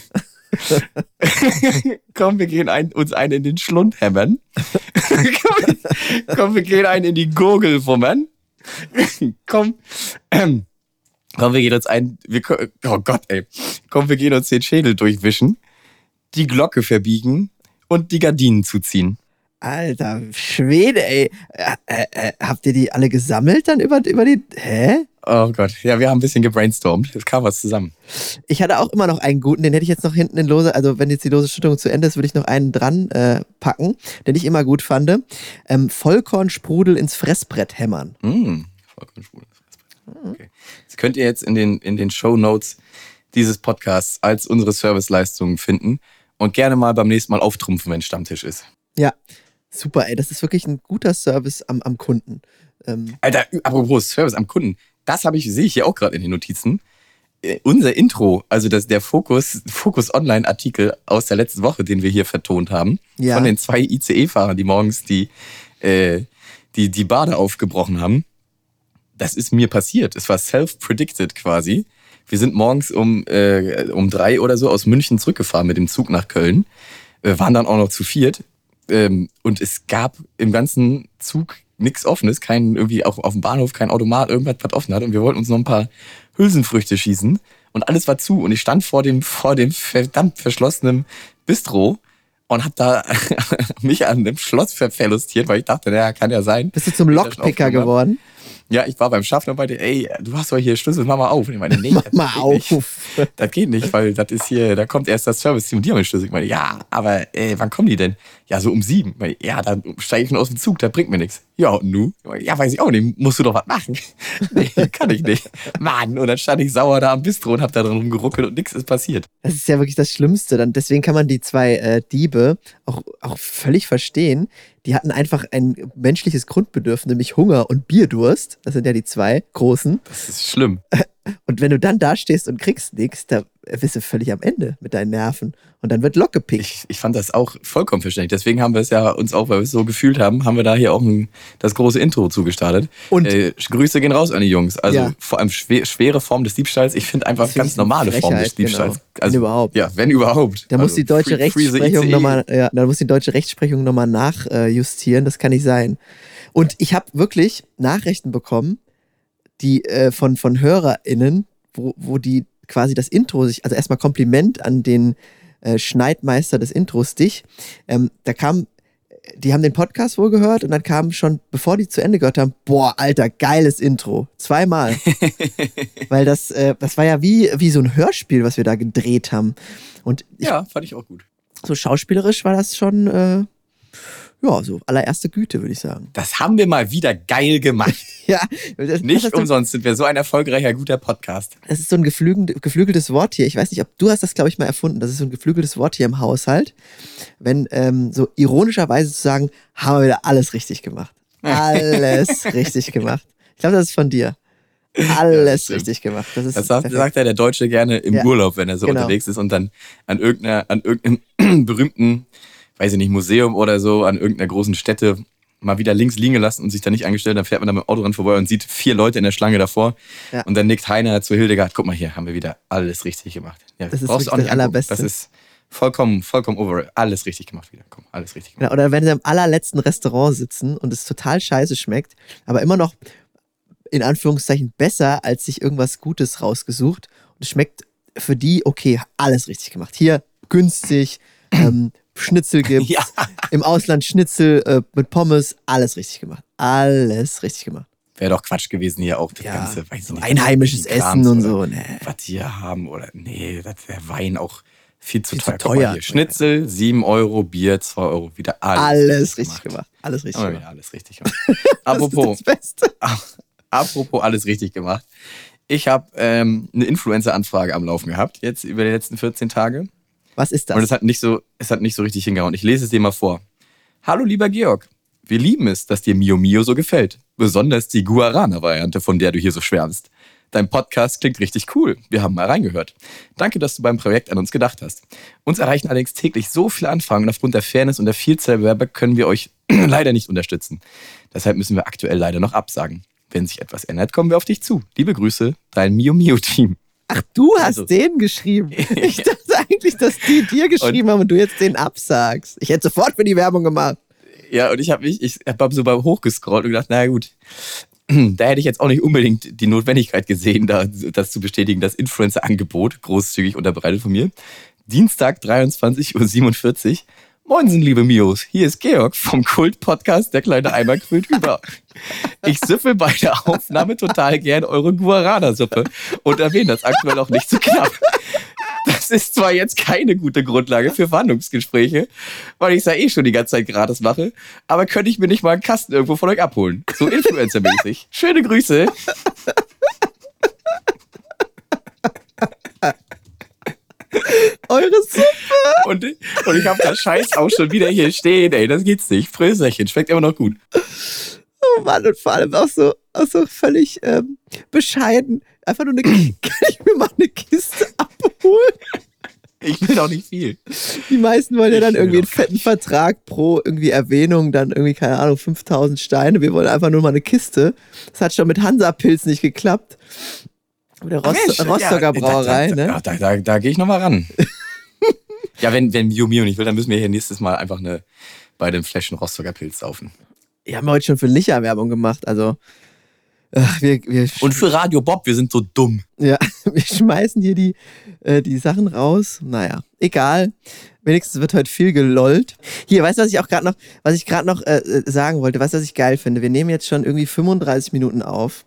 A: Komm, wir gehen ein, uns einen in den Schlund hämmern. Komm, wir gehen einen in die Gurgel wummern. Komm, ähm, komm, wir gehen uns einen, wir, oh Gott, ey. Komm, wir gehen uns den Schädel durchwischen, die Glocke verbiegen und die Gardinen zuziehen.
B: Alter Schwede, ey. Äh, äh, äh, habt ihr die alle gesammelt dann über, über die, hä?
A: Oh Gott, ja, wir haben ein bisschen gebrainstormt. Es kam was zusammen.
B: Ich hatte auch immer noch einen guten, den hätte ich jetzt noch hinten in lose, also wenn jetzt die lose Schüttung zu Ende ist, würde ich noch einen dran äh, packen, den ich immer gut fand. Ähm, Vollkornsprudel ins Fressbrett hämmern.
A: Mm, Vollkornsprudel ins Fressbrett. Okay. Das könnt ihr jetzt in den, in den Shownotes dieses Podcasts als unsere Serviceleistungen finden und gerne mal beim nächsten Mal auftrumpfen, wenn Stammtisch ist.
B: Ja, super, ey, das ist wirklich ein guter Service am, am Kunden. Ähm,
A: Alter, apropos Service am Kunden, das habe ich, sehe ich hier auch gerade in den Notizen. Äh, unser Intro, also das, der Fokus, Fokus Online-Artikel aus der letzten Woche, den wir hier vertont haben,
B: Ja.
A: von den zwei I C E-Fahrern, die morgens die, äh, die, die Bade aufgebrochen haben. Das ist mir passiert. Es war self-predicted quasi. Wir sind morgens um, äh, um drei oder so aus München zurückgefahren mit dem Zug nach Köln. Wir waren dann auch noch zu viert. Ähm, und es gab im ganzen Zug nichts Offenes, kein irgendwie auch auf dem Bahnhof, kein Automat, irgendwas, was offen hat. Und wir wollten uns noch ein paar Hülsenfrüchte schießen. Und alles war zu. Und ich stand vor dem, vor dem verdammt verschlossenen Bistro und hab da mich an dem Schloss verlustiert, weil ich dachte, naja, kann ja sein.
B: Bist du zum Lockpicker geworden?
A: Ja, ich war beim Schaffner und meinte, ey, du hast doch hier Schlüssel, mach mal auf. Und ich meinte, nee,
B: Mach
A: das
B: mal
A: geht
B: auf.
A: nicht. Das geht nicht, weil das ist hier, da kommt erst das Service-Team und die haben den Schlüssel. Ich meine, ja, aber äh, wann kommen die denn? Ja, so um sieben. Ich meine, ja, dann steige ich schon aus dem Zug, das bringt mir nichts. Ja, und nu? Ich meine, ja, weiß ich auch nicht, musst du doch was machen. Nee, kann ich nicht. Mann, und dann stand ich sauer da am Bistro und hab da drin rumgeruckelt und nichts ist passiert.
B: Das ist ja wirklich das Schlimmste. Dann, deswegen kann man die zwei äh, Diebe auch, auch völlig verstehen. Die hatten einfach ein menschliches Grundbedürfnis, nämlich Hunger und Bierdurst. Das sind ja die zwei großen.
A: Das ist schlimm.
B: Und wenn du dann da stehst und kriegst nichts, da bist du völlig am Ende mit deinen Nerven. Und dann wird Lock gepickt.
A: Ich, ich fand das auch vollkommen verständlich. Deswegen haben wir es ja uns auch, weil wir es so gefühlt haben, haben wir da hier auch ein, das große Intro zugestartet.
B: Und
A: äh, Grüße gehen raus an die Jungs. Also
B: Ja.
A: vor allem schwer, schwere Form des Diebstahls. Ich finde einfach
B: Das finde
A: ganz
B: ich eine
A: normale Form des
B: Frechheit,
A: Diebstahls.
B: genau.
A: Also,
B: Wenn überhaupt.
A: Ja, wenn überhaupt.
B: Da muss
A: also,
B: die deutsche
A: free- free the
B: Rechtsprechung
A: I C E.
B: nochmal, ja, da muss die deutsche Rechtsprechung nochmal nachjustieren. Das kann nicht sein. Und ich habe wirklich Nachrichten bekommen, die äh, von, von HörerInnen, wo, wo die quasi das Intro sich, also erstmal Kompliment an den äh, Schneidmeister des Intros, dich. Ähm, da kam, die haben den Podcast wohl gehört und dann kam schon, bevor die zu Ende gehört haben, boah, Alter, geiles Intro. Zweimal. Weil das, äh, das war ja wie, wie so ein Hörspiel, was wir da gedreht haben. Und ich,
A: Ja, fand ich auch gut.
B: so schauspielerisch war das schon, äh, ja, so allererste Güte, würde ich sagen.
A: Das haben wir mal wieder geil gemacht.
B: Ja, das,
A: Nicht
B: das, ist,
A: umsonst sind wir so ein erfolgreicher, guter Podcast.
B: das ist so ein geflügel, geflügeltes Wort hier. Ich weiß nicht, ob du hast das, glaube ich, mal erfunden. Das ist so ein geflügeltes Wort hier im Haushalt. Wenn ähm, so ironischerweise zu sagen, haben wir wieder alles richtig gemacht. Alles richtig gemacht. Ich glaube, das ist von dir. Alles
A: stimmt.
B: richtig gemacht. Das ist
A: Das sagt,
B: perfekt.
A: sagt ja der Deutsche gerne im
B: Ja,
A: Urlaub, wenn er so
B: genau.
A: unterwegs ist und dann an irgendeiner, an irgendeinem berühmten, weiß ich nicht, Museum oder so, an irgendeiner großen Stätte mal wieder links liegen gelassen und sich da nicht angestellt, dann fährt man da mit dem Auto dran vorbei und sieht vier Leute in der Schlange davor.
B: Ja.
A: Und dann nickt Heiner zu Hildegard, guck mal hier, haben wir wieder alles richtig gemacht. Ja,
B: Das ist
A: brauchst
B: wirklich
A: du auch
B: das
A: nicht angucken.
B: Allerbeste.
A: Das ist vollkommen, vollkommen over. Alles richtig gemacht wieder. Komm, alles richtig gemacht.
B: Genau, oder wenn sie am allerletzten Restaurant sitzen und es total scheiße schmeckt, aber immer noch in Anführungszeichen besser, als sich irgendwas Gutes rausgesucht. Und es schmeckt für die, okay, alles richtig gemacht. Hier günstig, ähm, Schnitzel gibt's,
A: Ja.
B: im Ausland Schnitzel äh, mit Pommes, alles richtig gemacht. Alles richtig gemacht.
A: Wäre doch Quatsch gewesen hier auch das
B: Ja,
A: ganze, weiß ich
B: so
A: nicht,
B: einheimisches
A: die Krams
B: Essen und
A: oder
B: so, nee.
A: Was die hier haben oder nee, das der Wein auch viel zu
B: Viel zu
A: teuer. Guck mal
B: teuer.
A: hier, Schnitzel, sieben Euro, Bier, zwei Euro, wieder alles,
B: Alles richtig gemacht. Alles richtig
A: Oh,
B: gemacht.
A: ja, alles richtig gemacht. Apropos,
B: Das ist das Beste.
A: apropos alles richtig gemacht. Ich habe ähm, eine Influencer-Anfrage am Laufen gehabt, jetzt über die letzten vierzehn Tage.
B: Was ist das?
A: Und es hat nicht so, es hat nicht so richtig hingehauen. Ich lese es dir mal vor. Hallo lieber Georg, wir lieben es, dass dir Mio Mio so gefällt. Besonders die Guarana-Variante, von der du hier so schwärmst. Dein Podcast klingt richtig cool. Wir haben mal reingehört. Danke, dass du beim Projekt an uns gedacht hast. Uns erreichen allerdings täglich so viele Anfragen und aufgrund der Fairness und der Vielzahl der Bewerber können wir euch leider nicht unterstützen. Deshalb müssen wir aktuell leider noch absagen. Wenn sich etwas ändert, kommen wir auf dich zu. Liebe Grüße, dein Mio Mio Team.
B: Ach, du hast
A: Also-
B: denen geschrieben. Ich dachte eigentlich, dass die dir geschrieben haben und du jetzt den absagst. Ich hätte sofort für die Werbung gemacht.
A: Ja, und ich habe mich, ich habe so beim hochgescrollt und gedacht, na gut, da hätte ich jetzt auch nicht unbedingt die Notwendigkeit gesehen, da, das zu bestätigen. Das Influencer-Angebot, großzügig unterbreitet von mir. Dienstag, dreiundzwanzig Uhr siebenundvierzig, Moinsen, liebe Mios, hier ist Georg vom Kult-Podcast Der kleine Eimer quillt über. Ich süffel bei der Aufnahme total gern eure Guarana-Suppe und erwähne das aktuell auch nicht zu knapp. Das ist zwar jetzt keine gute Grundlage für Verhandlungsgespräche, weil ich es ja eh schon die ganze Zeit gratis mache, aber könnte ich mir nicht mal einen Kasten irgendwo von euch abholen? So Influencer-mäßig. Schöne Grüße.
B: Eure Suppe.
A: Und, und ich habe das Scheiß auch schon wieder hier stehen, ey, das geht's nicht. Fröserchen, schmeckt immer noch gut.
B: Oh Mann, und vor allem auch so, auch so völlig ähm, bescheiden. Einfach nur eine, kann ich mir mal eine Kiste abholen?
A: Ich will doch nicht viel.
B: Die meisten wollen ja dann
A: Ich will
B: irgendwie einen
A: doch
B: fetten
A: nicht.
B: Vertrag pro irgendwie Erwähnung, dann irgendwie, keine Ahnung, fünftausend Steine. Wir wollen einfach nur mal eine Kiste. Das hat schon mit Hansa-Pilz nicht geklappt. Mit der Rost
A: Mensch,
B: Rostocker
A: ja,
B: Brauerei,
A: da, da,
B: ne?
A: Da, da, da, da gehe ich nochmal ran. Ja, wenn, wenn Mio Mio nicht will, dann müssen wir hier nächstes Mal einfach eine bei den Flaschen Rostocker Pilz saufen.
B: Wir haben heute schon für Licher Werbung gemacht, also ach, wir, wir,
A: Und für Radio Bob, wir sind so dumm.
B: ja, wir schmeißen hier die, äh, die Sachen raus. Naja, egal. Wenigstens wird heute viel gelollt. Hier, weißt du, was ich auch gerade noch, was ich gerade noch äh, sagen wollte, weißt du, was ich geil finde? Wir nehmen jetzt schon irgendwie fünfunddreißig Minuten auf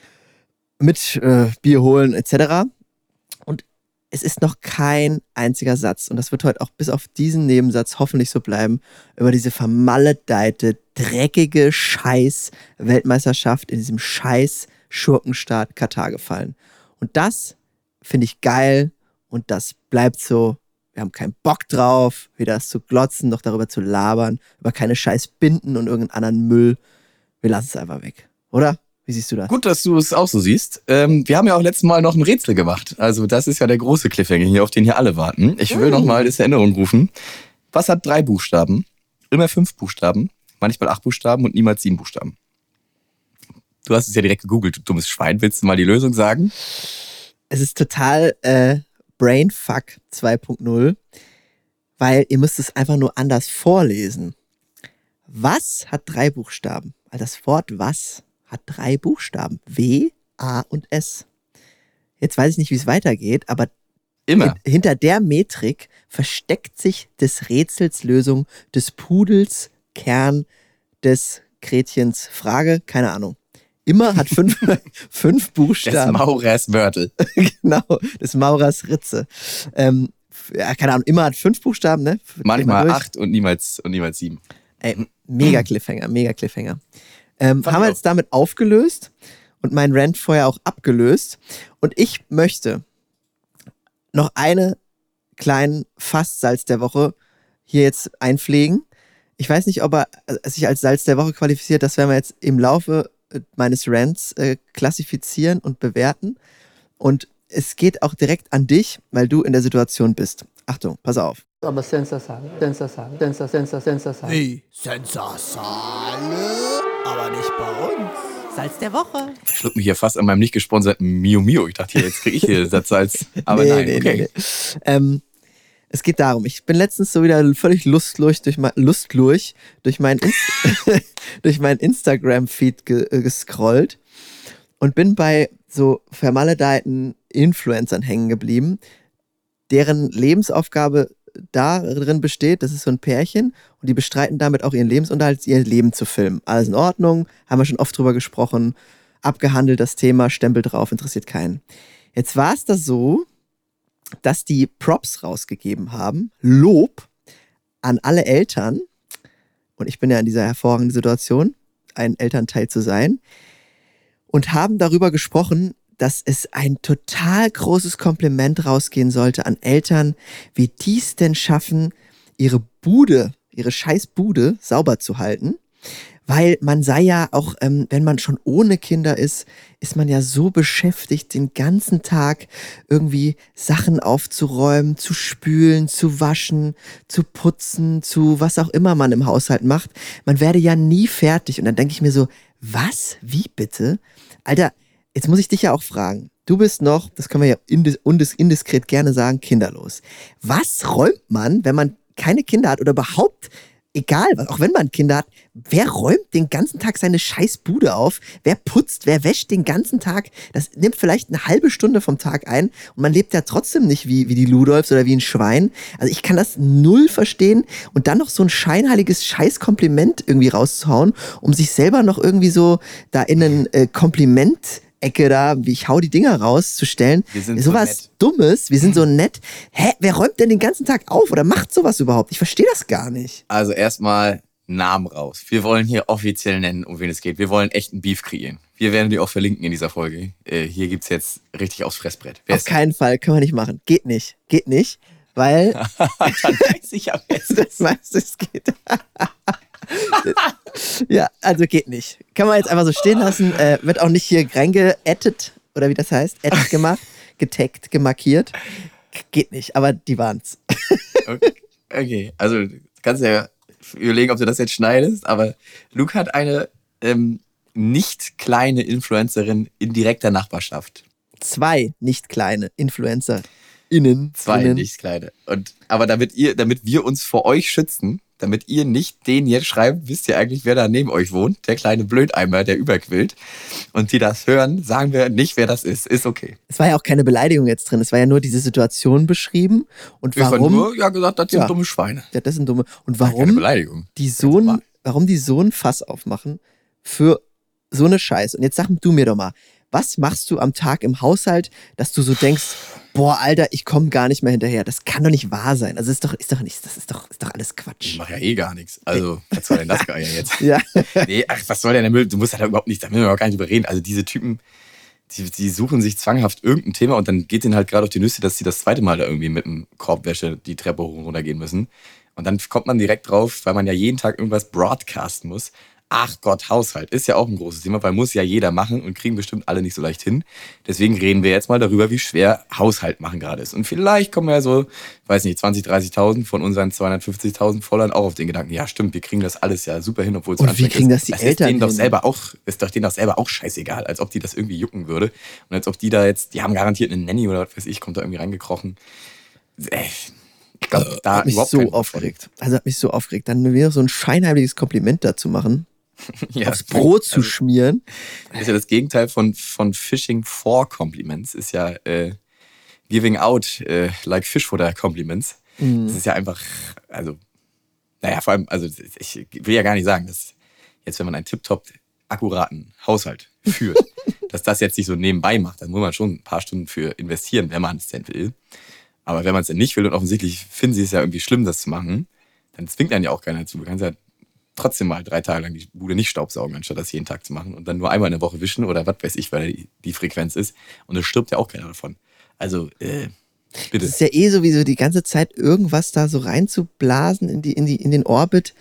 B: mit äh, Bier holen et cetera. Und es ist noch kein einziger Satz, und das wird heute auch bis auf diesen Nebensatz hoffentlich so bleiben, über diese vermaledeite, dreckige Scheiß-Weltmeisterschaft in diesem Scheiß-Schurkenstaat Katar gefallen. Und das finde ich geil, und das bleibt so. Wir haben keinen Bock drauf, weder das zu glotzen, noch darüber zu labern, über keine scheiß Binden und irgendeinen anderen Müll. Wir lassen es einfach weg, oder? Wie siehst du das?
A: Gut, dass du es auch so siehst. Ähm, wir haben ja auch letztes Mal noch ein Rätsel gemacht. Also das ist ja der große Cliffhanger hier, auf den hier alle warten. Ich will
B: Mm.
A: noch mal das in Erinnerung rufen. Was hat drei Buchstaben, immer fünf Buchstaben, manchmal acht Buchstaben und niemals sieben Buchstaben? Du hast es ja direkt gegoogelt, du dummes Schwein. Willst du mal die Lösung sagen?
B: Es ist total äh, Brainfuck zwei Punkt null, weil ihr müsst es einfach nur anders vorlesen. Was hat drei Buchstaben? Also das Wort was hat drei Buchstaben. W, A und S. Jetzt weiß ich nicht, wie es weitergeht, aber
A: Immer.
B: hin- hinter der Metrik versteckt sich des Rätsels Lösung, des Pudels Kern, des Gretchens Frage, keine Ahnung. Immer hat fünf, fünf
A: Des
B: Buchstaben.
A: Maurers Wörtel.
B: Genau, des Maurers Ritze. Ähm, f- ja, keine Ahnung, immer hat fünf Buchstaben, ne? Geht mal
A: Manchmal
B: durch.
A: acht und niemals, und niemals sieben.
B: Ey, mega Cliffhanger, mega Cliffhanger. Ähm,
A: Fand
B: haben wir
A: ich auch.
B: jetzt damit aufgelöst und mein Rant vorher auch abgelöst. Und ich möchte noch eine kleinen Fast-Salz der Woche hier jetzt einpflegen. Ich weiß nicht, ob er äh, sich als Salz der Woche qualifiziert. Das werden wir jetzt im Laufe äh, meines Rants äh, klassifizieren und bewerten. Und es geht auch direkt an dich, weil du in der Situation bist. Achtung, pass auf.
C: Aber Sensa Sale, Sensa Sale, Sensa, Sensa, Sensa Sale.
D: Wie? Sensasale? Aber nicht bei uns.
B: Salz der Woche.
A: Ich schluck mich hier fast an meinem nicht gesponserten Mio Mio. Ich dachte, hier, jetzt kriege ich hier Satz als. Aber
B: Nee,
A: nein,
B: nee,
A: okay.
B: nee, nee. Ähm, es geht darum, ich bin letztens so wieder völlig lustlos durch mein, lustlos durch mein, Inst- durch mein Instagram-Feed ge äh, gescrollt und bin bei so vermaledeiten Influencern hängen geblieben, deren Lebensaufgabe darin besteht, das ist so ein Pärchen, und die bestreiten damit auch ihren Lebensunterhalt, ihr Leben zu filmen. Alles in Ordnung, haben wir schon oft drüber gesprochen, abgehandelt das Thema, Stempel drauf, interessiert keinen. Jetzt war es da so, dass die Props rausgegeben haben, Lob an alle Eltern, und ich bin ja in dieser hervorragenden Situation, ein Elternteil zu sein, und haben darüber gesprochen, dass es ein total großes Kompliment rausgehen sollte an Eltern, wie die es denn schaffen, ihre Bude, ihre scheiß Bude sauber zu halten. Weil man sei ja auch, ähm, wenn man schon ohne Kinder ist, ist man ja so beschäftigt, den ganzen Tag irgendwie Sachen aufzuräumen, zu spülen, zu waschen, zu putzen, zu was auch immer man im Haushalt macht. Man werde ja nie fertig. Und dann denke ich mir so, was? Wie bitte? Alter, jetzt muss ich dich ja auch fragen. Du bist noch, das können wir ja indis, undis, indiskret gerne sagen, kinderlos. Was räumt man, wenn man keine Kinder hat oder überhaupt egal, auch wenn man Kinder hat, wer räumt den ganzen Tag seine scheiß Bude auf? Wer putzt, wer wäscht den ganzen Tag? Das nimmt vielleicht eine halbe Stunde vom Tag ein und man lebt ja trotzdem nicht wie, wie die Ludolfs oder wie ein Schwein. Also ich kann das null verstehen und dann noch so ein scheinheiliges Scheißkompliment irgendwie rauszuhauen, um sich selber noch irgendwie so da in ein äh, Kompliment Ecke da, wie ich hau die Dinger raus, zu stellen.
A: Wir sind
B: so
A: so
B: was
A: nett.
B: Dummes, wir sind so nett. Hä, wer räumt denn den ganzen Tag auf oder macht sowas überhaupt? Ich verstehe das gar nicht.
A: Also erstmal Namen raus. Wir wollen hier offiziell nennen, um wen es geht. Wir wollen echten Beef kreieren. Wir werden die auch verlinken in dieser Folge. Äh, hier gibt's jetzt richtig aufs Fressbrett. Wer
B: Auf
A: ist
B: keinen Fall, können wir nicht machen. Geht nicht, geht nicht, weil
A: Dann weiß ich am besten.
B: das meiste es geht. Ja, also geht nicht. Kann man jetzt einfach so stehen lassen. Äh, wird auch nicht hier reingeaddet, oder wie das heißt, addet gemacht, getaggt, gemarkiert. Geht nicht, aber die waren's.
A: Okay. okay, also du kannst ja überlegen, ob du das jetzt schneidest, aber Luke hat eine ähm, nicht kleine Influencerin in direkter Nachbarschaft.
B: Zwei nicht kleine InfluencerInnen.
A: Zwei
B: innen.
A: nicht kleine. Und, aber damit ihr, damit wir uns vor euch schützen, damit ihr nicht den jetzt schreibt, wisst ihr eigentlich, wer da neben euch wohnt, der kleine Blödeimer, der überquillt. Und die das hören, sagen wir nicht, wer das ist. Ist okay.
B: Es war ja auch keine Beleidigung jetzt drin, es war ja nur diese Situation beschrieben. Und
A: Wir haben
B: warum?
A: nur ja gesagt, das sind
B: Ja.
A: dumme Schweine.
B: Ja, das sind dumme. Und
A: Keine
B: warum
A: Beleidigung.
B: die so ein,
A: normal.
B: warum die so ein Fass aufmachen für so eine Scheiße. Und jetzt sag du mir doch mal, was machst du am Tag im Haushalt, dass du so denkst, boah, Alter, ich komme gar nicht mehr hinterher. Das kann doch nicht wahr sein. Also ist doch, ist doch nicht, das ist doch, ist doch alles
A: Ich
B: Quatsch.
A: mache ja eh gar nichts. Also, was soll denn das Geier jetzt?
B: Ja.
A: Nee, ach, was soll denn der Müll? Du musst halt überhaupt nicht, da müssen wir auch gar nicht drüber reden. Also diese Typen, die, die suchen sich zwanghaft irgendein Thema und dann geht denen halt gerade auf die Nüsse, dass sie das zweite Mal da irgendwie mit dem Korbwäsche die Treppe hoch und runter gehen müssen. Und dann kommt man direkt drauf, weil man ja jeden Tag irgendwas broadcasten muss. Ach Gott, Haushalt ist ja auch ein großes Thema, weil muss ja jeder machen und kriegen bestimmt alle nicht so leicht hin. Deswegen reden wir jetzt mal darüber, wie schwer Haushalt machen gerade ist. Und vielleicht kommen ja so, weiß nicht, zwanzig, dreißigtausend von unseren zweihundertfünfzigtausend Followern auch auf den Gedanken, ja stimmt, wir kriegen das alles ja super hin, obwohl es so
B: Und wie
A: anstrengend
B: kriegen
A: ist.
B: das die
A: das
B: Eltern
A: ist denen doch
B: hin?
A: selber auch, ist doch denen doch selber auch scheißegal, als ob die das irgendwie jucken würde. Und als ob die da jetzt, die haben garantiert eine Nanny oder was weiß ich, kommt da irgendwie reingekrochen. Äh, Ich glaube, da
B: Hat mich
A: überhaupt
B: so
A: keinen Bock
B: aufgeregt. Also hat mich so aufgeregt. Dann wieder so ein scheinheiliges Kompliment dazu machen,
A: von. Ja,
B: aufs Brot zu
A: also,
B: schmieren.
A: ist ja das Gegenteil von, von Fishing for Compliments. Ist ja äh, giving out äh, like Fischfutter Compliments.
B: Mhm.
A: Das ist ja einfach, also, naja, vor allem, also ich will ja gar nicht sagen, dass jetzt, wenn man einen tipptopp akkuraten Haushalt führt, dass das jetzt nicht so nebenbei macht, dann muss man schon ein paar Stunden für investieren, wenn man es denn will. Aber wenn man es denn nicht will und offensichtlich finden sie es ja irgendwie schlimm, das zu machen, dann zwingt einen ja auch keiner dazu. Du kannst ja trotzdem mal drei Tage lang die Bude nicht staubsaugen, anstatt das jeden Tag zu machen und dann nur einmal in der Woche wischen oder was weiß ich, weil die, die Frequenz ist. Und es stirbt ja auch keiner davon. Also, äh, bitte.
B: Das ist ja eh sowieso die ganze Zeit irgendwas da so reinzublasen in die, in die, in den Orbit.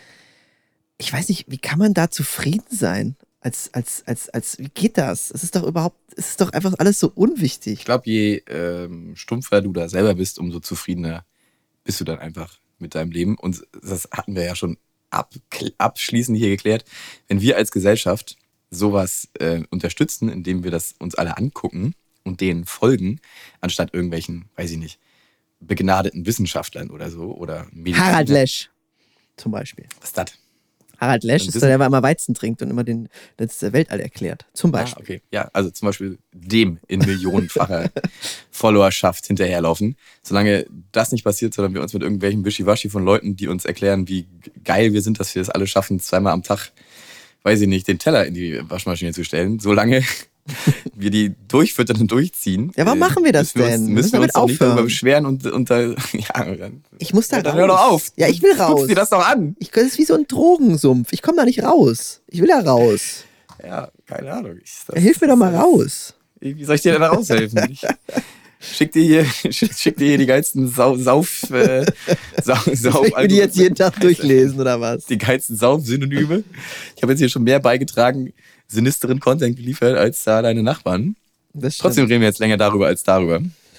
B: Ich weiß nicht, wie kann man da zufrieden sein? Als, als, als, als, wie geht das? Es ist doch überhaupt, es ist doch einfach alles so unwichtig.
A: Ich glaube, je ähm, stumpfer du da selber bist, umso zufriedener bist du dann einfach mit deinem Leben. Und das hatten wir ja schon ab, abschließend hier geklärt. Wenn wir als Gesellschaft sowas äh, unterstützen, indem wir das uns alle angucken und denen folgen, anstatt irgendwelchen, weiß ich nicht, begnadeten Wissenschaftlern oder so oder Medizinern.
B: Harald Lesch zum Beispiel.
A: Was ist das?
B: Harald Lesch
A: Dann
B: ist
A: wissen-
B: der, der immer Weizen trinkt und immer den, das Weltall erklärt. Zum
A: Ah,
B: Beispiel.
A: okay. Ja, also zum Beispiel dem in millionenfacher Followerschaft hinterherlaufen. Solange das nicht passiert, sondern wir uns mit irgendwelchen Wischiwaschi von Leuten, die uns erklären, wie geil wir sind, dass wir das alle schaffen, zweimal am Tag, weiß ich nicht, den Teller in die Waschmaschine zu stellen, solange wir die durchfüttern und durchziehen.
B: Ja, warum
A: äh,
B: machen wir das
A: müssen wir uns,
B: denn? Wir
A: Müssen
B: müssen
A: wir uns
B: damit
A: doch nicht darüber
B: aufhören.
A: beschweren und, und da, ja, dann,
B: Ich muss da
A: ja, dann
B: raus.
A: hör doch auf.
B: Ja, ich will raus.
A: Guck dir das doch an.
B: Ich, das ist wie so ein Drogensumpf. Ich komme da nicht raus. Ich will da raus.
A: Ja, keine Ahnung. Ich, das,
B: Hilf mir doch mal
A: das-
B: raus.
A: Wie soll ich dir denn da raushelfen? Ich schick dir hier, schick dir hier die geilsten Sau, Sauf, äh, Sau, Sauf
B: Ich will die jetzt jeden Tag durchlesen, oder was?
A: Die geilsten Sauf-Synonyme. Ich habe jetzt hier schon mehr beigetragen, sinisteren Content geliefert als da deine Nachbarn.
B: Das stimmt.
A: Trotzdem reden wir jetzt länger darüber als darüber.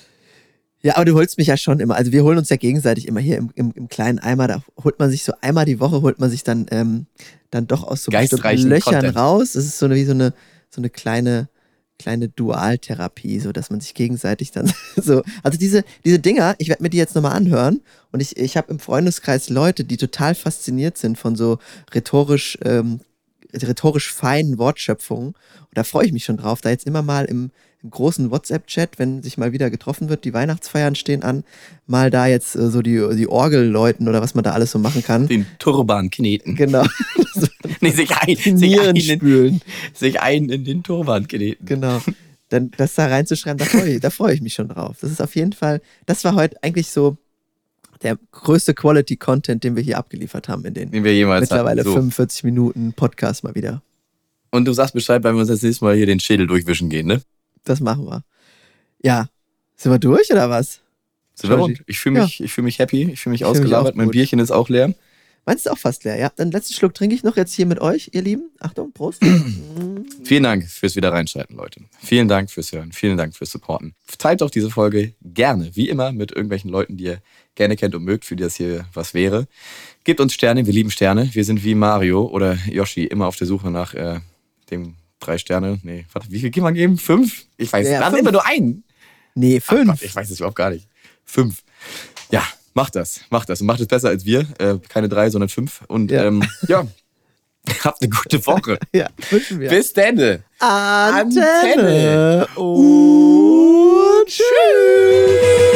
B: Ja, aber du holst mich ja schon immer. Also wir holen uns ja gegenseitig immer hier im, im, im kleinen Eimer. Da holt man sich so einmal die Woche, holt man sich dann, ähm, dann doch aus so bestimmten
A: Geistreichen
B: Löchern
A: Content.
B: raus. Das ist so eine, wie so eine, so eine kleine kleine Dualtherapie, so dass man sich gegenseitig dann so, also diese, diese Dinger, ich werde mir die jetzt nochmal anhören und ich, ich habe im Freundeskreis Leute, die total fasziniert sind von so rhetorisch, ähm, rhetorisch feinen Wortschöpfungen und da freue ich mich schon drauf, da jetzt immer mal im, im großen WhatsApp-Chat, wenn sich mal wieder getroffen wird, die Weihnachtsfeiern stehen an, mal da jetzt äh, so die, die Orgel läuten oder was man da alles so machen kann.
A: Den Turban kneten.
B: Genau.
A: Nee, sich ein, sich
B: Nieren
A: ein, in,
B: spülen.
A: sich ein in den Turban kneten.
B: Genau. Dann das da reinzuschreiben, da freue ich, da freue ich mich schon drauf. Das ist auf jeden Fall, das war heute eigentlich so der größte Quality-Content, den wir hier abgeliefert haben in den
A: Den wir jemals
B: mittlerweile
A: hatten. So.
B: fünfundvierzig Minuten Podcast mal wieder.
A: Und du sagst Bescheid, wenn wir uns das nächste Mal hier den Schädel durchwischen gehen, ne?
B: Das machen wir. Ja. Sind wir durch oder was?
A: Sind wir rund? Ich fühle mich, ich fühl mich happy, ich fühle mich
B: Ich fühl mich
A: ausgelabert,
B: auch
A: mein
B: gut.
A: Bierchen ist auch leer.
B: Meins ist auch fast leer, ja. Dann letzten Schluck trinke ich noch jetzt hier mit euch, ihr Lieben. Achtung, Prost.
A: Vielen Dank fürs wieder reinschalten, Leute. Vielen Dank fürs Hören, vielen Dank fürs Supporten. Teilt auch diese Folge gerne, wie immer, mit irgendwelchen Leuten, die ihr gerne kennt und mögt, für die das hier was wäre. Gebt uns Sterne, wir lieben Sterne. Wir sind wie Mario oder Yoshi immer auf der Suche nach äh, dem drei Sterne. Nee, warte, wie viel kann man geben? Fünf? Ich weiß,
B: Ja,
A: wir haben
B: fünf.
A: immer nur einen.
B: Nee,
A: Ach
B: fünf.
A: Gott, ich weiß es überhaupt gar nicht. Fünf. Ja, macht das, macht das und macht es besser als wir. Äh, keine drei, sondern fünf. Und
B: Ja.
A: ja, ähm, ja. Habt eine gute Woche.
B: Ja, wünschen wir.
A: Bis dann.
B: Antenne. Und tschüss.